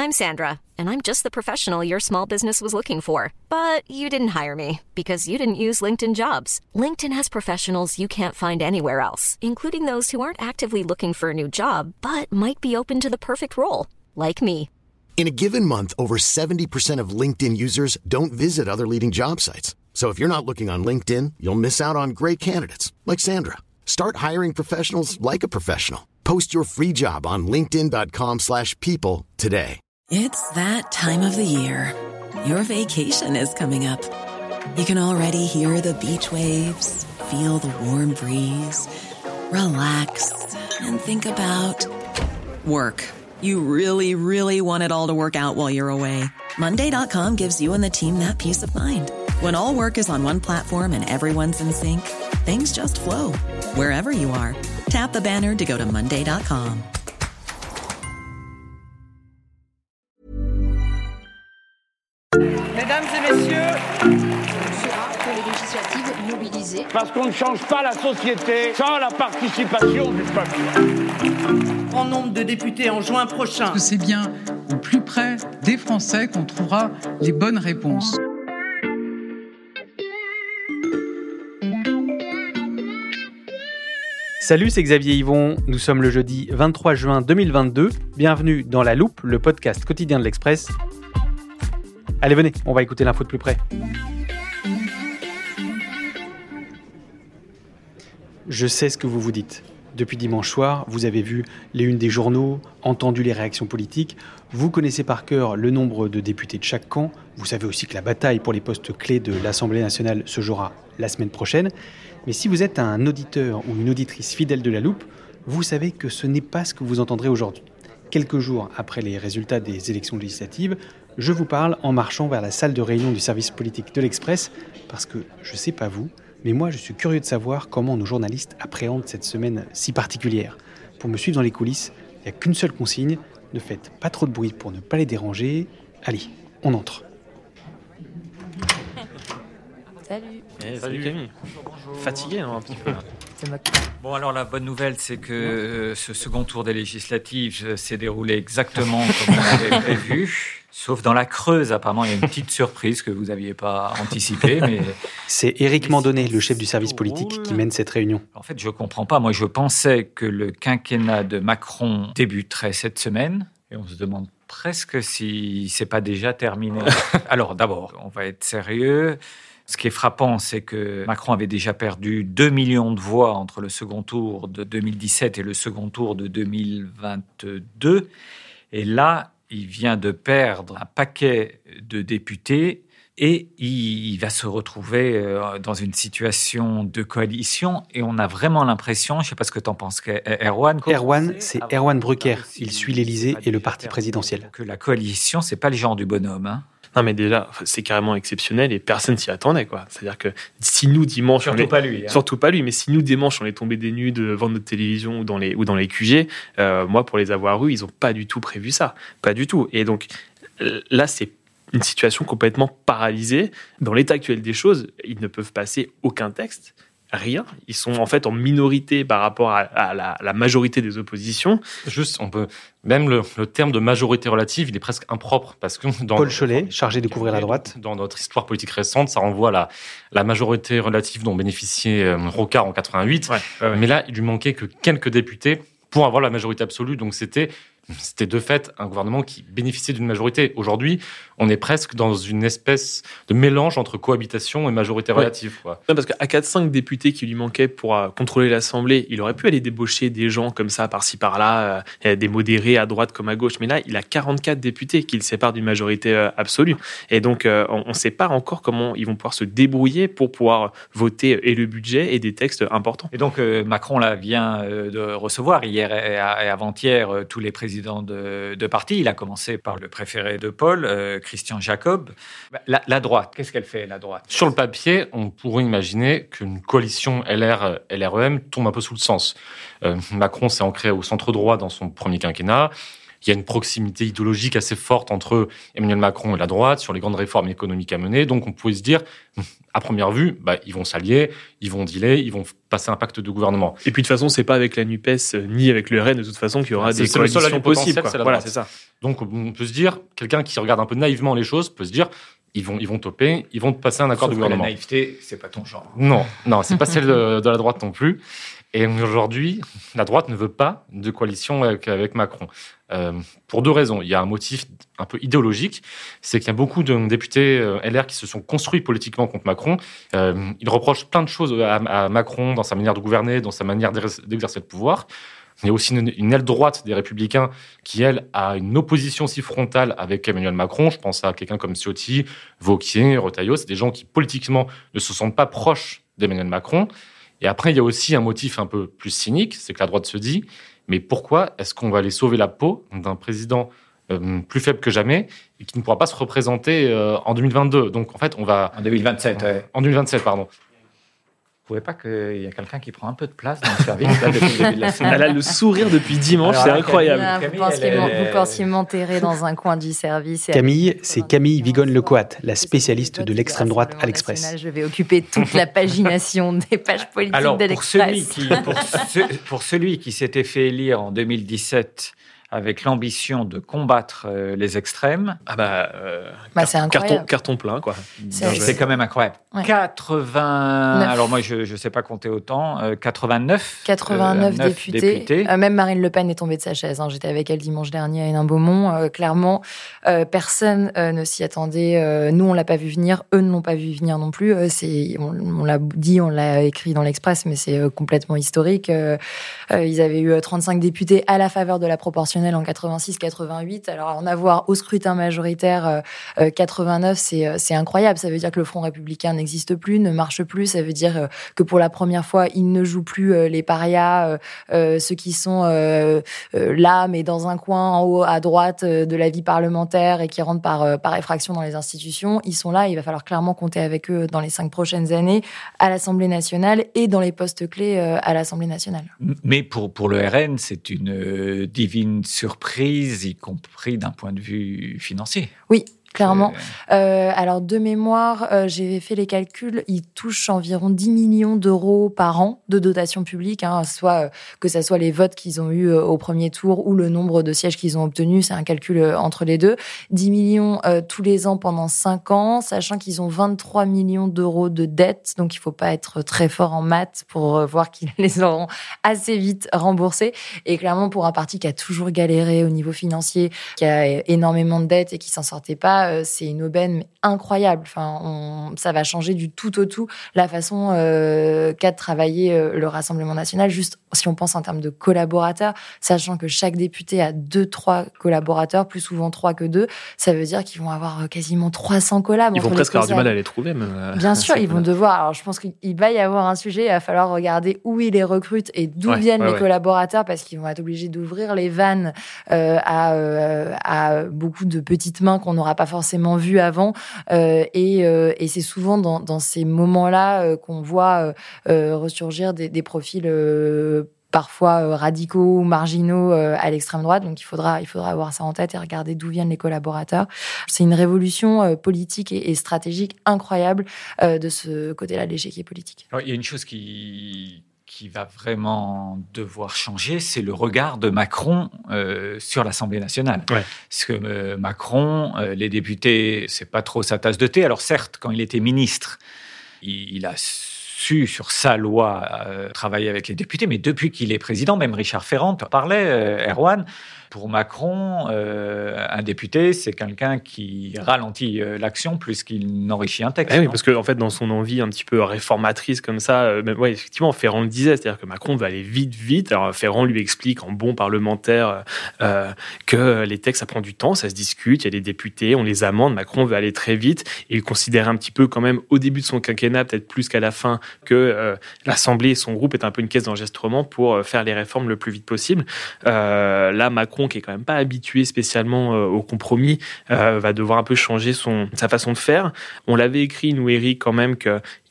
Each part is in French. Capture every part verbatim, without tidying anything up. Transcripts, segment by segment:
I'm Sandra, and I'm just the professional your small business was looking for. But you didn't hire me because you didn't use LinkedIn Jobs. LinkedIn has professionals you can't find anywhere else, including those who aren't actively looking for a new job, but might be open to the perfect role, like me. In a given month, over seventy percent of LinkedIn users don't visit other leading job sites. So if you're not looking on LinkedIn, you'll miss out on great candidates like Sandra. Start hiring professionals like a professional. Post your free job on linkedin.com slash people today. It's that time of the year. Your vacation is coming up. You can already hear the beach waves, feel the warm breeze, relax, and think about work. You really, really want it all to work out while you're away. Monday dot com gives you and the team that peace of mind. When all work is on one platform and everyone's in sync, things just flow. Wherever you are, tap the banner to go to monday dot com. Mesdames et messieurs, pour les législatives mobilisées. Parce qu'on ne change pas la société sans la participation du peuple. Grand nombre de députés en juin prochain. Parce que c'est bien au plus près des Français qu'on trouvera les bonnes réponses. Salut, c'est Xavier Yvon. Nous sommes le jeudi vingt-trois juin deux mille vingt-deux. Bienvenue dans La Loupe, le podcast quotidien de l'Express. Allez, venez, on va écouter l'info de plus près. Je sais ce que vous vous dites. Depuis dimanche soir, vous avez vu les unes des journaux, entendu les réactions politiques. Vous connaissez par cœur le nombre de députés de chaque camp. Vous savez aussi que la bataille pour les postes clés de l'Assemblée nationale se jouera la semaine prochaine. Mais si vous êtes un auditeur ou une auditrice fidèle de La Loupe, vous savez que ce n'est pas ce que vous entendrez aujourd'hui. Quelques jours après les résultats des élections législatives, je vous parle en marchant vers la salle de réunion du service politique de l'Express, parce que, je ne sais pas vous, mais moi je suis curieux de savoir comment nos journalistes appréhendent cette semaine si particulière. Pour me suivre dans les coulisses, il n'y a qu'une seule consigne, ne faites pas trop de bruit pour ne pas les déranger. Allez, on entre. Salut. Hey, salut Camille. Bonjour, bonjour. Fatigué, non, un petit peu. C'est moi. Bon, alors la bonne nouvelle, c'est que euh, ce second tour des législatives s'est déroulé exactement comme on avait prévu. Sauf dans la Creuse, apparemment, il y a une petite surprise que vous n'aviez pas anticipée. Mais... C'est Éric Mandonnet, le chef du service politique, qui mène cette réunion. En fait, je ne comprends pas. Moi, je pensais que le quinquennat de Macron débuterait cette semaine. Et on se demande presque si ce n'est pas déjà terminé. Alors, d'abord, on va être sérieux. Ce qui est frappant, c'est que Macron avait déjà perdu deux millions de voix entre le second tour de deux mille dix-sept et le second tour de deux mille vingt-deux. Et là, il vient de perdre un paquet de députés et il va se retrouver dans une situation de coalition. Et on a vraiment l'impression, je ne sais pas ce que tu en penses, Erwan. Erwan, c'est Erwan Brucker. Il suit l'Élysée et le parti présidentiel. Que la coalition, ce n'est pas le genre du bonhomme, hein. Non, mais déjà, c'est carrément exceptionnel et personne s'y attendait, quoi. C'est-à-dire que si nous, dimanche... Surtout on est... pas lui. Hein. Surtout pas lui, mais si nous, dimanche, on est tombé des nues devant notre télévision ou dans les, ou dans les Q G, euh, moi, pour les avoir eus, ils n'ont pas du tout prévu ça. Pas du tout. Et donc, là, c'est une situation complètement paralysée. Dans l'état actuel des choses, ils ne peuvent passer aucun texte. Rien. Ils sont en fait en minorité par rapport à, à, la, à la majorité des oppositions. Juste, on peut même le, le terme de majorité relative, il est presque impropre parce que dans Paul Cholet, chargé de couvrir la droite, dans notre histoire politique récente, ça renvoie à la, la majorité relative dont bénéficiait euh, Rocard en quatre-vingt-huit. Ouais, ouais. Mais là, il lui manquait que quelques députés pour avoir la majorité absolue. Donc c'était C'était de fait un gouvernement qui bénéficiait d'une majorité. Aujourd'hui, on est presque dans une espèce de mélange entre cohabitation et majorité relative. Ouais. Ouais, parce qu'à quatre cinq députés qui lui manquaient pour euh, contrôler l'Assemblée, il aurait pu aller débaucher des gens comme ça, par-ci, par-là, euh, des modérés à droite comme à gauche. Mais là, il a quarante-quatre députés qui le séparent d'une majorité euh, absolue. Et donc, euh, on ne sait pas encore comment ils vont pouvoir se débrouiller pour pouvoir voter et le budget et des textes importants. Et donc, euh, Macron là, vient euh, de recevoir hier et, et avant-hier euh, tous les présidents De, de parti. Il a commencé par le préféré de Paul, euh, Christian Jacob. La, la droite, qu'est-ce qu'elle fait, la droite ? Sur le papier, on pourrait imaginer qu'une coalition L R L R E M tombe un peu sous le sens. Euh, Macron s'est ancré au centre droit dans son premier quinquennat. il y a une proximité idéologique assez forte entre Emmanuel Macron et la droite sur les grandes réformes économiques à mener. Donc, on pouvait se dire, à première vue, bah, ils vont s'allier, ils vont dealer, ils vont passer un pacte de gouvernement. Et puis, de toute façon, c'est pas avec la NUPES ni avec le R N, de toute façon, qu'il y aura c'est, des c'est coalitions possibles. Quoi. C'est la voilà, droite. C'est ça. Donc, on peut se dire, quelqu'un qui regarde un peu naïvement les choses peut se dire, ils vont, ils vont toper, ils vont passer un accord Sauf de gouvernement. La naïveté, c'est pas ton genre. Non, non, c'est pas celle de, de la droite non plus. Et aujourd'hui, la droite ne veut pas de coalition avec, avec Macron. Euh, pour deux raisons. Il y a un motif un peu idéologique, c'est qu'il y a beaucoup de députés L R qui se sont construits politiquement contre Macron. Euh, ils reprochent plein de choses à, à Macron dans sa manière de gouverner, dans sa manière d'exercer le pouvoir. Il y a aussi une, une aile droite des Républicains qui, elle, a une opposition si frontale avec Emmanuel Macron. Je pense à quelqu'un comme Ciotti, Wauquiez, Retailleau. C'est des gens qui, politiquement, ne se sentent pas proches d'Emmanuel Macron. Et après, il y a aussi un motif un peu plus cynique, c'est que la droite se dit, mais pourquoi est-ce qu'on va aller sauver la peau d'un président euh, plus faible que jamais et qui ne pourra pas se représenter euh, en deux mille vingt-deux ? Donc, en fait, on va... En deux mille vingt-sept, ouais. En deux mille vingt-sept, pardon. Vous ne trouvez pas qu'il y a quelqu'un qui prend un peu de place dans le service là, depuis le début de la semaine ? Elle a le sourire depuis dimanche, Alors, c'est là, incroyable. Là, vous, pensiez, est... vous pensiez m'enterrer dans un coin du service. Camille, c'est Camille Vigonne-Lecoat, la spécialiste de l'extrême droite à l'Express. Je vais occuper toute la pagination des pages politiques Alors, de l'Express. Celui qui, pour, ce, pour celui qui s'était fait élire en deux mille dix-sept avec l'ambition de combattre euh, les extrêmes. Ah bah, euh, bah car- carton, carton plein, quoi. C'est, c'est quand même incroyable. Ouais. quatre-vingts... Neuf. Alors moi, je ne sais pas compter autant. Euh, quatre-vingt-neuf quatre-vingt-neuf euh, députés. députés. Euh, même Marine Le Pen est tombée de sa chaise. Hein. J'étais avec elle dimanche dernier à Hénin-Beaumont. Euh, clairement, euh, personne euh, ne s'y attendait. Euh, nous, on ne l'a pas vu venir. Eux ne l'ont pas vu venir non plus. Euh, c'est, on, on l'a dit, on l'a écrit dans l'Express, mais c'est euh, complètement historique. Euh, euh, ils avaient eu trente-cinq députés à la faveur de la proportionnelle en quatre-vingt-six quatre-vingt-huit. Alors, en avoir au scrutin majoritaire euh, quatre-vingt-neuf, c'est, c'est incroyable. Ça veut dire que le Front républicain n'existe plus, ne marche plus. Ça veut dire euh, que pour la première fois, il ne joue plus euh, les parias, euh, euh, ceux qui sont euh, euh, là, mais dans un coin en haut à droite euh, de la vie parlementaire et qui rentrent par, euh, par effraction dans les institutions. Ils sont là. Il va falloir clairement compter avec eux dans les cinq prochaines années à l'Assemblée nationale et dans les postes clés euh, à l'Assemblée nationale. Mais pour, pour le R N, c'est une euh, divine surprise, y compris d'un point de vue financier. Oui. Clairement. Euh, alors, de mémoire, euh, j'ai fait les calculs. Ils touchent environ dix millions d'euros par an de dotation publique, hein, soit, euh, que ce soit les votes qu'ils ont eus euh, au premier tour ou le nombre de sièges qu'ils ont obtenus. C'est un calcul euh, entre les deux. dix millions euh, tous les ans pendant cinq ans, sachant qu'ils ont vingt-trois millions d'euros de dettes. Donc, il ne faut pas être très fort en maths pour euh, voir qu'ils les auront assez vite remboursés. Et clairement, pour un parti qui a toujours galéré au niveau financier, qui a énormément de dettes et qui ne s'en sortait pas, c'est une aubaine incroyable. Enfin, on, ça va changer du tout au tout la façon euh, qu'a de travailler euh, le Rassemblement national. Juste si on pense en termes de collaborateurs, sachant que chaque député a deux, trois collaborateurs, plus souvent trois que deux, ça veut dire qu'ils vont avoir quasiment trois cents collabs. Ils vont presque avoir du mal à les trouver. Même. Bien sûr, ils vont devoir. Alors, je pense qu'il va y avoir un sujet. Il va falloir regarder où ils les recrutent et d'où ouais, viennent ouais, les ouais. collaborateurs, parce qu'ils vont être obligés d'ouvrir les vannes euh, à, euh, à beaucoup de petites mains qu'on n'aura pas forcément vues avant. Euh, et, euh, et c'est souvent dans, dans ces moments-là euh, qu'on voit euh, ressurgir des, des profils euh, parfois euh, radicaux ou marginaux euh, à l'extrême droite. Donc il faudra, il faudra avoir ça en tête et regarder d'où viennent les collaborateurs. C'est une révolution euh, politique et, et stratégique incroyable euh, de ce côté-là de l'échiquier politique. Alors, il y a une chose qui... qui va vraiment devoir changer, c'est le regard de Macron euh, sur l'Assemblée nationale. Ouais. Parce que euh, Macron, euh, les députés, c'est pas trop sa tasse de thé. Alors certes, quand il était ministre, il, il a su sur sa loi euh, travailler avec les députés, mais depuis qu'il est président, même Richard Ferrand parlait, euh, Erwan, pour Macron, euh, un député, c'est quelqu'un qui ralentit euh, l'action plus qu'il n'enrichit un texte. Ah oui, parce qu'en en fait, dans son envie un petit peu réformatrice comme ça, euh, même, ouais, effectivement, Ferrand le disait, c'est-à-dire que Macron va aller vite, vite. Alors Ferrand lui explique en bon parlementaire euh, que les textes, ça prend du temps, ça se discute, il y a des députés, on les amende, Macron veut aller très vite, et il considère un petit peu quand même, au début de son quinquennat, peut-être plus qu'à la fin, que euh, l'Assemblée et son groupe est un peu une caisse d'enregistrement pour euh, faire les réformes le plus vite possible. Euh, là, Macron, qui est quand même pas habitué spécialement euh, au compromis, euh, va devoir un peu changer son, sa façon de faire. On l'avait écrit, nous, Eric, quand même, qu'il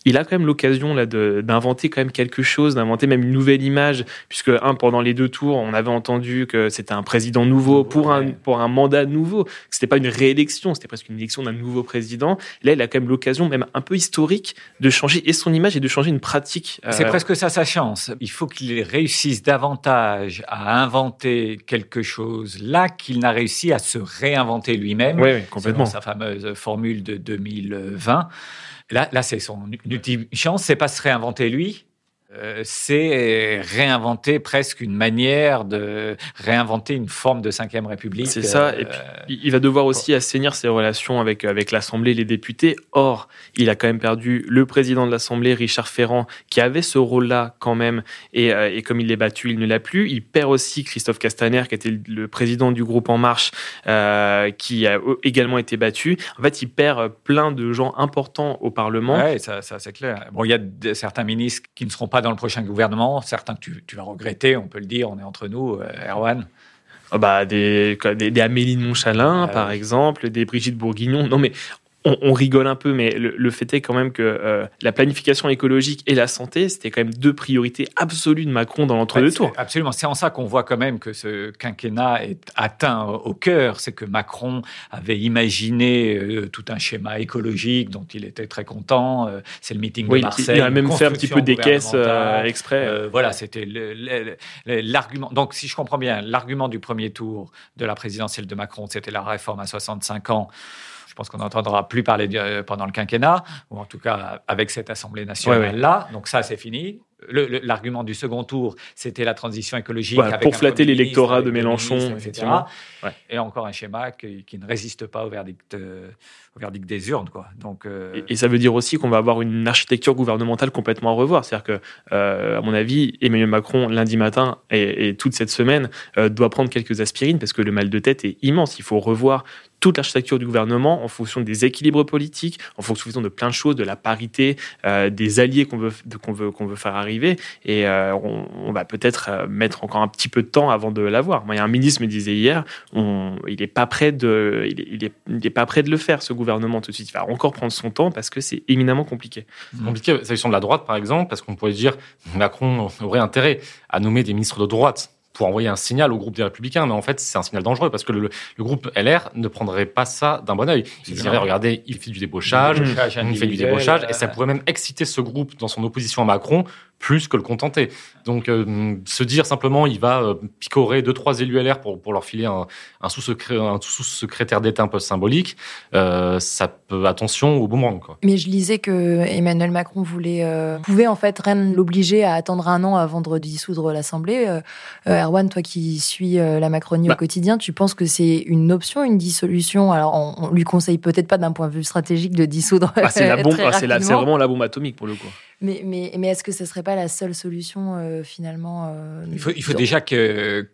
il a quand même l'occasion là de, d'inventer quand même quelque chose, d'inventer même une nouvelle image, puisque un, pendant les deux tours, on avait entendu que c'était un président nouveau pour un pour un mandat nouveau, que c'était pas une réélection, c'était presque une élection d'un nouveau président. Là, il a quand même l'occasion, même un peu historique, de changer et son image et de changer une pratique. C'est euh... presque ça sa chance. Il faut qu'il réussisse davantage à inventer quelque chose là qu'il n'a réussi à se réinventer lui-même. Oui, oui, complètement. Sa fameuse formule de deux mille vingt. Là, là, c'est son ultime chance, c'est pas se réinventer lui, euh, c'est réinventer presque une manière de réinventer une forme de cinquième République. C'est ça, euh, et puis il va devoir aussi assainir ses relations avec, avec l'Assemblée et les députés. Or, il a quand même perdu le président de l'Assemblée, Richard Ferrand, qui avait ce rôle-là quand même, et, euh, et comme il l'est battu, il ne l'a plus. Il perd aussi Christophe Castaner, qui était le président du groupe En Marche, euh, qui a également été battu. En fait, il perd plein de gens importants au Parlement. Oui, ça, ça c'est clair. Bon, il y a de, certains ministres qui ne seront pas dans le prochain gouvernement, certains que tu, tu vas regretter, on peut le dire, on est entre nous, euh, Erwan. Oh bah, des, des, des Amélie de Montchalin, ah, par oui. exemple, des Brigitte Bourguignon. Non, mais on, on rigole un peu, mais le, le fait est quand même que euh, la planification écologique et la santé, c'était quand même deux priorités absolues de Macron dans l'entre-deux ouais, tours. Absolument. C'est en ça qu'on voit quand même que ce quinquennat est atteint au cœur. C'est que Macron avait imaginé euh, tout un schéma écologique dont il était très content. Euh, c'est le meeting oui, de Marseille. Il a même fait un petit peu des caisses euh, exprès. Euh, voilà, c'était le, le, le, l'argument. Donc, si je comprends bien, l'argument du premier tour de la présidentielle de Macron, c'était la réforme à soixante-cinq ans. Je pense qu'on n'entendra plus parler de, pendant le quinquennat, ou en tout cas avec cette Assemblée nationale-là. Ouais, ouais. Donc ça, c'est fini. Le, le, l'argument du second tour, c'était la transition écologique. Ouais, avec pour flatter l'électorat de Mélenchon, ministres, effectivement. Ouais. Et encore un schéma qui, qui ne résiste pas au verdict, euh, au verdict des urnes, quoi. Donc, euh... et, et ça veut dire aussi qu'on va avoir une architecture gouvernementale complètement à revoir. C'est-à-dire que, euh, à mon avis, Emmanuel Macron, lundi matin et, et toute cette semaine, euh, doit prendre quelques aspirines parce que le mal de tête est immense. Il faut revoir toute l'architecture du gouvernement en fonction des équilibres politiques, en fonction de plein de choses, de la parité, euh, des alliés qu'on veut, qu'on veut, qu'on veut faire arriver. Et euh, on, on va peut-être mettre encore un petit peu de temps avant de l'avoir. Moi, il y a un ministre me disait hier, on, il n'est pas prêt de, il est, il est, il est pas prêt de le faire, ce gouvernement, tout de suite. Il va encore prendre son temps parce que c'est éminemment compliqué. C'est compliqué, la question de la droite, par exemple, parce qu'on pourrait dire Macron aurait intérêt à nommer des ministres de droite pour envoyer un signal au groupe des Républicains, mais en fait, c'est un signal dangereux, parce que le, le groupe L R ne prendrait pas ça d'un bon œil. Il dirait, regardez, il fait du débauchage, il fait du débauchage, et ça pourrait même exciter ce groupe dans son opposition à Macron, plus que le contenter. Donc, euh, se dire simplement, il va euh, picorer deux, trois élus L R pour, pour leur filer un, un, sous-secré, un sous-secrétaire d'État un peu symbolique, euh, ça peut, attention au boomerang, quoi. Mais je lisais que Emmanuel Macron voulait, euh, pouvait en fait rien l'obliger à attendre un an avant de dissoudre l'Assemblée. Euh, euh, Erwan, toi qui suis euh, la Macronie bah. au quotidien, tu penses que c'est une option, une dissolution? Alors, on, on lui conseille peut-être pas d'un point de vue stratégique de dissoudre. Ah, c'est, la bombe, ah, c'est, la, c'est vraiment la bombe atomique pour le coup. Mais, mais, mais est-ce que ce ne serait pas la seule solution, euh, finalement euh, Il faut, il faut déjà que,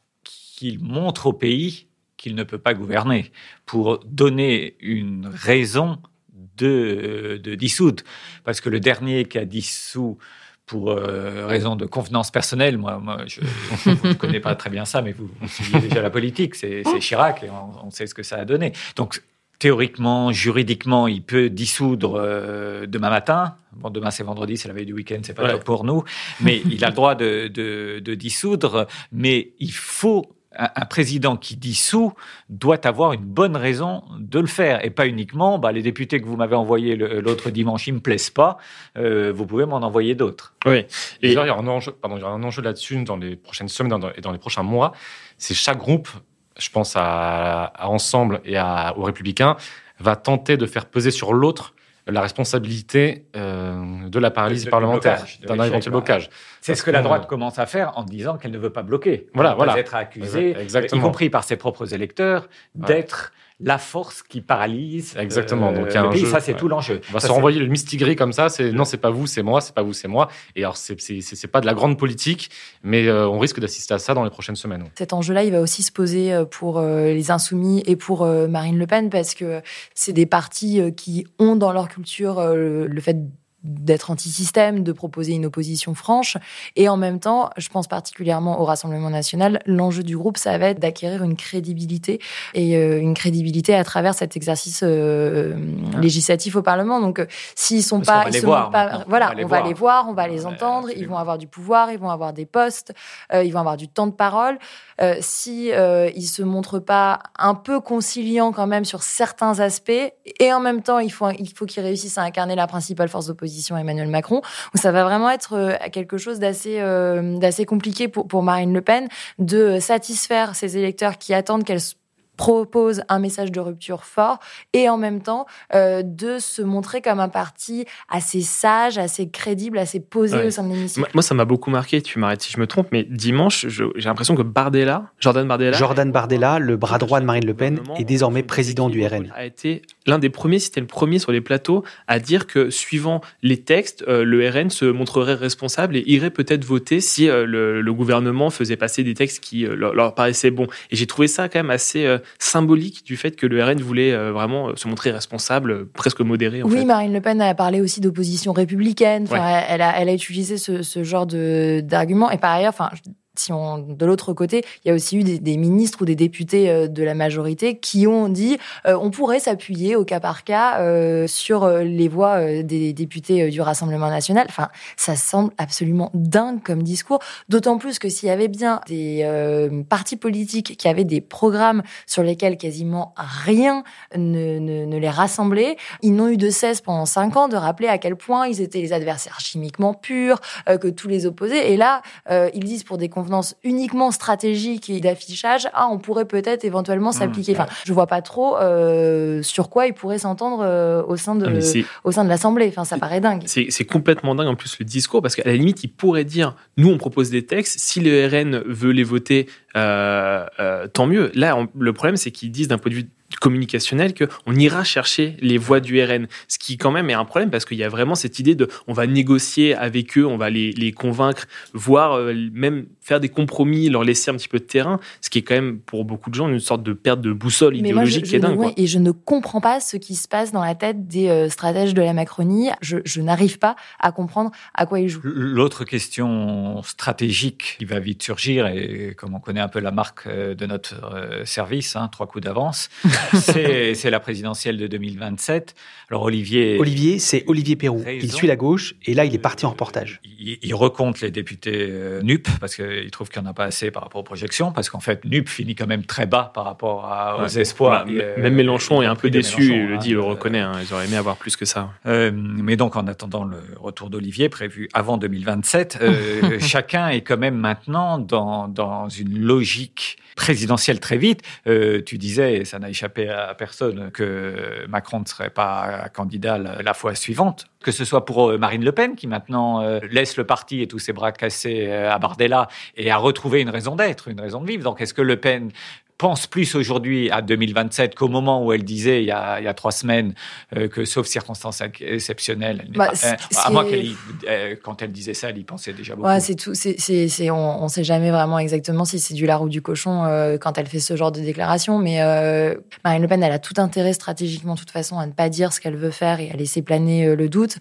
qu'il montre au pays qu'il ne peut pas gouverner pour donner une raison de, de dissoudre. Parce que le dernier qui a dissous pour euh, raison de convenance personnelle, moi, moi je ne connais pas très bien ça, mais vous, vous suivez déjà la politique, c'est, c'est Chirac, et on, on sait ce que ça a donné. Donc, théoriquement, juridiquement, il peut dissoudre euh, demain matin. Bon, demain, c'est vendredi, c'est la veille du week-end, c'est pas ouais. top pour nous. Mais il a le droit de, de, de dissoudre. Mais il faut... Un, un président qui dissout doit avoir une bonne raison de le faire. Et pas uniquement, bah, les députés que vous m'avez envoyés le, l'autre dimanche, ils ne me plaisent pas. Euh, vous pouvez m'en envoyer d'autres. Oui. Et il y a un enjeu, pardon, il y a un enjeu là-dessus dans les prochaines semaines et dans les prochains mois. C'est chaque groupe... je pense à, à Ensemble et à, aux Républicains, va tenter de faire peser sur l'autre la responsabilité euh, de la paralysie de, parlementaire, blocage, d'un éventuel blocage. C'est Parce ce que la droite commence à faire en disant qu'elle ne veut pas bloquer. Voilà, elle voilà. peut être accusée, y compris par ses propres électeurs, ouais. d'être la force qui paralyse Exactement. Euh, Donc, il y a le un pays. jeu, ça, c'est ouais. tout l'enjeu. On va ça, se renvoyer le mistigris comme ça. C'est non, c'est pas vous, c'est moi, c'est pas vous, c'est moi. Et alors, c'est c'est c'est, c'est pas de la grande politique, mais euh, on risque d'assister à ça dans les prochaines semaines. Cet enjeu-là, il va aussi se poser pour euh, les Insoumis et pour euh, Marine Le Pen, parce que c'est des partis euh, qui ont dans leur culture euh, le, le fait d'être anti-système, de proposer une opposition franche. Et en même temps, je pense particulièrement au Rassemblement national, l'enjeu du groupe, ça va être d'acquérir une crédibilité et euh, une crédibilité à travers cet exercice euh, ah. législatif au Parlement. Donc, euh, s'ils sont Parce pas, ils se voir, pas, voilà, on va, les, on va voir. les voir, on va les Ouais, entendre, absolument. ils vont avoir du pouvoir, ils vont avoir des postes, euh, ils vont avoir du temps de parole. Euh, si euh, ils se montrent pas un peu conciliants quand même sur certains aspects, et en même temps, il faut, il faut qu'ils réussissent à incarner la principale force d'opposition, Emmanuel Macron. Donc ça va vraiment être euh, quelque chose d'assez, euh, d'assez compliqué pour, pour Marine Le Pen de satisfaire ses électeurs qui attendent qu'elle propose un message de rupture fort et en même temps euh, de se montrer comme un parti assez sage, assez crédible, assez posé ouais. au sein de l'hémicycle. Moi, ça m'a beaucoup marqué, tu m'arrêtes si je me trompe, mais dimanche, je, j'ai l'impression que Bardella, Jordan Bardella... Jordan Bardella, le bras droit de Marine Le Pen, est désormais président du R N. A été l'un des premiers, c'était le premier sur les plateaux, à dire que suivant les textes, euh, le R N se montrerait responsable et irait peut-être voter si euh, le, le gouvernement faisait passer des textes qui euh, leur, leur paraissaient bons. Et j'ai trouvé ça quand même assez... Euh, symbolique du fait que le R N voulait euh, vraiment se montrer responsable, euh, presque modéré. En oui, fait. Marine Le Pen a parlé aussi d'opposition républicaine. Enfin, ouais. elle, a, elle a utilisé ce, ce genre de, d'arguments. Et par ailleurs, enfin, si on, de l'autre côté, il y a aussi eu des, des ministres ou des députés de la majorité qui ont dit euh, on pourrait s'appuyer au cas par cas euh, sur les voix euh, des députés du Rassemblement national. Enfin, ça semble absolument dingue comme discours. D'autant plus que s'il y avait bien des euh, partis politiques qui avaient des programmes sur lesquels quasiment rien ne, ne, ne les rassemblait, ils n'ont eu de cesse pendant cinq ans de rappeler à quel point ils étaient les adversaires chimiquement purs, euh, que tous les opposaient. Et là, euh, ils disent pour des uniquement stratégique et d'affichage, ah, on pourrait peut-être éventuellement s'appliquer. Enfin, je vois pas trop euh, sur quoi ils pourraient s'entendre euh, au sein de ah, au sein de l'Assemblée. Enfin, ça paraît dingue. C'est, c'est complètement dingue en plus le discours parce qu'à la limite, il pourrait dire, nous on propose des textes, si le R N veut les voter, euh, euh, tant mieux. Là, on, le problème, c'est qu'ils disent d'un point de vue communicationnel qu'on ira chercher les voix du R N, ce qui quand même est un problème parce qu'il y a vraiment cette idée de on va négocier avec eux, on va les, les convaincre, voire euh, même faire des compromis, leur laisser un petit peu de terrain, ce qui est quand même pour beaucoup de gens une sorte de perte de boussole Mais idéologique moi, je, qui est je, dingue. Ouais, quoi. Et je ne comprends pas ce qui se passe dans la tête des euh, stratèges de la Macronie. Je, je n'arrive pas à comprendre à quoi ils jouent. L'autre question stratégique qui va vite surgir, et comme on connaît un peu la marque de notre euh, service, hein, trois coups d'avance, c'est, c'est la présidentielle de deux mille vingt-sept. Alors Olivier... Olivier, c'est Olivier Perroux. Il suit la gauche et là, il est parti en reportage. Il, il recompte les députés euh, N U P parce qu'il trouve qu'il n'y en a pas assez par rapport aux projections, parce qu'en fait, N U P finit quand même très bas par rapport à, aux ouais. espoirs. Bah, et, même Mélenchon euh, est un peu déçu, il le hein, dit, il le reconnaît. Hein, ils auraient aimé avoir plus que ça. Euh, mais donc, en attendant le retour d'Olivier, prévu avant deux mille vingt-sept, euh, chacun est quand même maintenant dans, dans une logique présidentielle très vite. Euh, tu disais, et ça n'a échappé à personne, que Macron ne serait pas candidat la fois suivante. Que ce soit pour Marine Le Pen, qui maintenant euh, laisse le parti et tous ses bras cassés euh, à Bardella, et a retrouvé une raison d'être, une raison de vivre. Donc, est-ce que Le Pen pense plus aujourd'hui à deux mille vingt-sept qu'au moment où elle disait, il y a, il y a trois semaines, euh, que sauf circonstances exceptionnelles, elle n'est bah, pas, c'est, euh, à moins qu'elle y, euh, quand elle disait ça, elle y pensait déjà beaucoup. Ouais, c'est tout. C'est, c'est, c'est, on ne sait jamais vraiment exactement si c'est du lard ou du cochon euh, quand elle fait ce genre de déclaration. Mais euh, Marine Le Pen, elle a tout intérêt stratégiquement, de toute façon, à ne pas dire ce qu'elle veut faire et à laisser planer euh, le doute.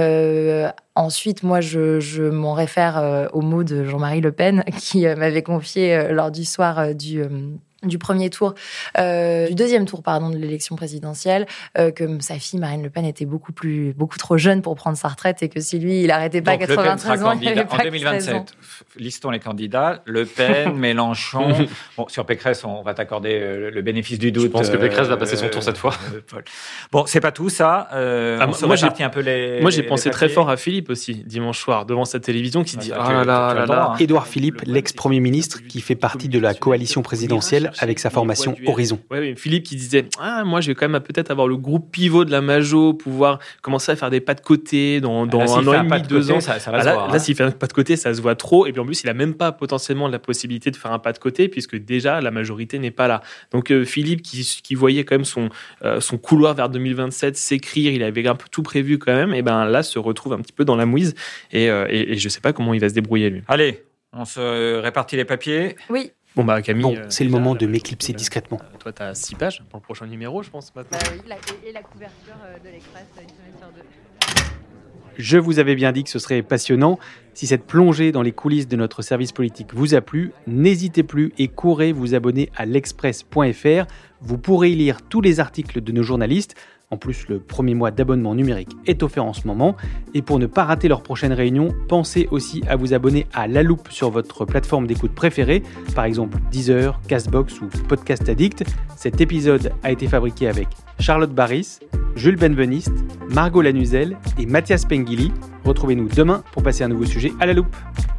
Euh, Ensuite, moi, je, je m'en réfère euh, aux mots de Jean-Marie Le Pen, qui euh, m'avait confié euh, lors du soir euh, du... Euh, du premier tour, euh, du deuxième tour, pardon, de l'élection présidentielle, euh, que sa fille Marine Le Pen était beaucoup plus, beaucoup trop jeune pour prendre sa retraite et que si lui, il arrêtait pas à quatre-vingt-treize ans, il avait pas en deux mille vingt-sept. Listons les candidats. Le Pen, Mélenchon. Bon, sur Pécresse, on va t'accorder euh, le bénéfice du doute. Je pense que Pécresse euh, va passer son tour cette fois. Euh, Paul. Bon, c'est pas tout ça. Euh, ah, on se moi, j'ai, un peu les. Moi, j'ai les, pensé les très fort à Philippe aussi dimanche soir devant sa télévision, qui ah, dit bah, ah là là là là. Édouard Philippe, l'ex-premier ministre, qui fait partie de la coalition présidentielle avec sa formation Horizon. Ouais, oui, Philippe qui disait ah moi je vais quand même peut-être avoir le groupe pivot de la Majo, pouvoir commencer à faire des pas de côté dans, dans ah, là, un an et demi, deux ans. Ça, ça va ah, se là, voir, là hein. S'il fait un pas de côté, ça se voit trop. Et puis en plus, il a même pas potentiellement la possibilité de faire un pas de côté puisque déjà la majorité n'est pas là. Donc euh, Philippe qui, qui voyait quand même son euh, son couloir vers deux mille vingt-sept s'écrire, il avait un peu tout prévu quand même. Et ben là se retrouve un petit peu dans la mouise et, euh, et, et je sais pas comment il va se débrouiller lui. Allez, on se répartit les papiers. Oui. Bon, bah, Camille. Bon, c'est euh, le moment là, de m'éclipser discrètement. Euh, toi, t'as six pages pour le prochain numéro, je pense, maintenant. Bah oui, la, et la couverture de l'Express, une semaine sur deux. Je vous avais bien dit que ce serait passionnant. Si cette plongée dans les coulisses de notre service politique vous a plu, n'hésitez plus et courez vous abonner à l'express point f r. Vous pourrez y lire tous les articles de nos journalistes. En plus, le premier mois d'abonnement numérique est offert en ce moment. Et pour ne pas rater leur prochaine réunion, pensez aussi à vous abonner à La Loupe sur votre plateforme d'écoute préférée, par exemple Deezer, Castbox ou Podcast Addict. Cet épisode a été fabriqué avec Charlotte Baris, Jules Benveniste, Margot Lanuzel et Mathias Pengili. Retrouvez-nous demain pour passer un nouveau sujet à La Loupe.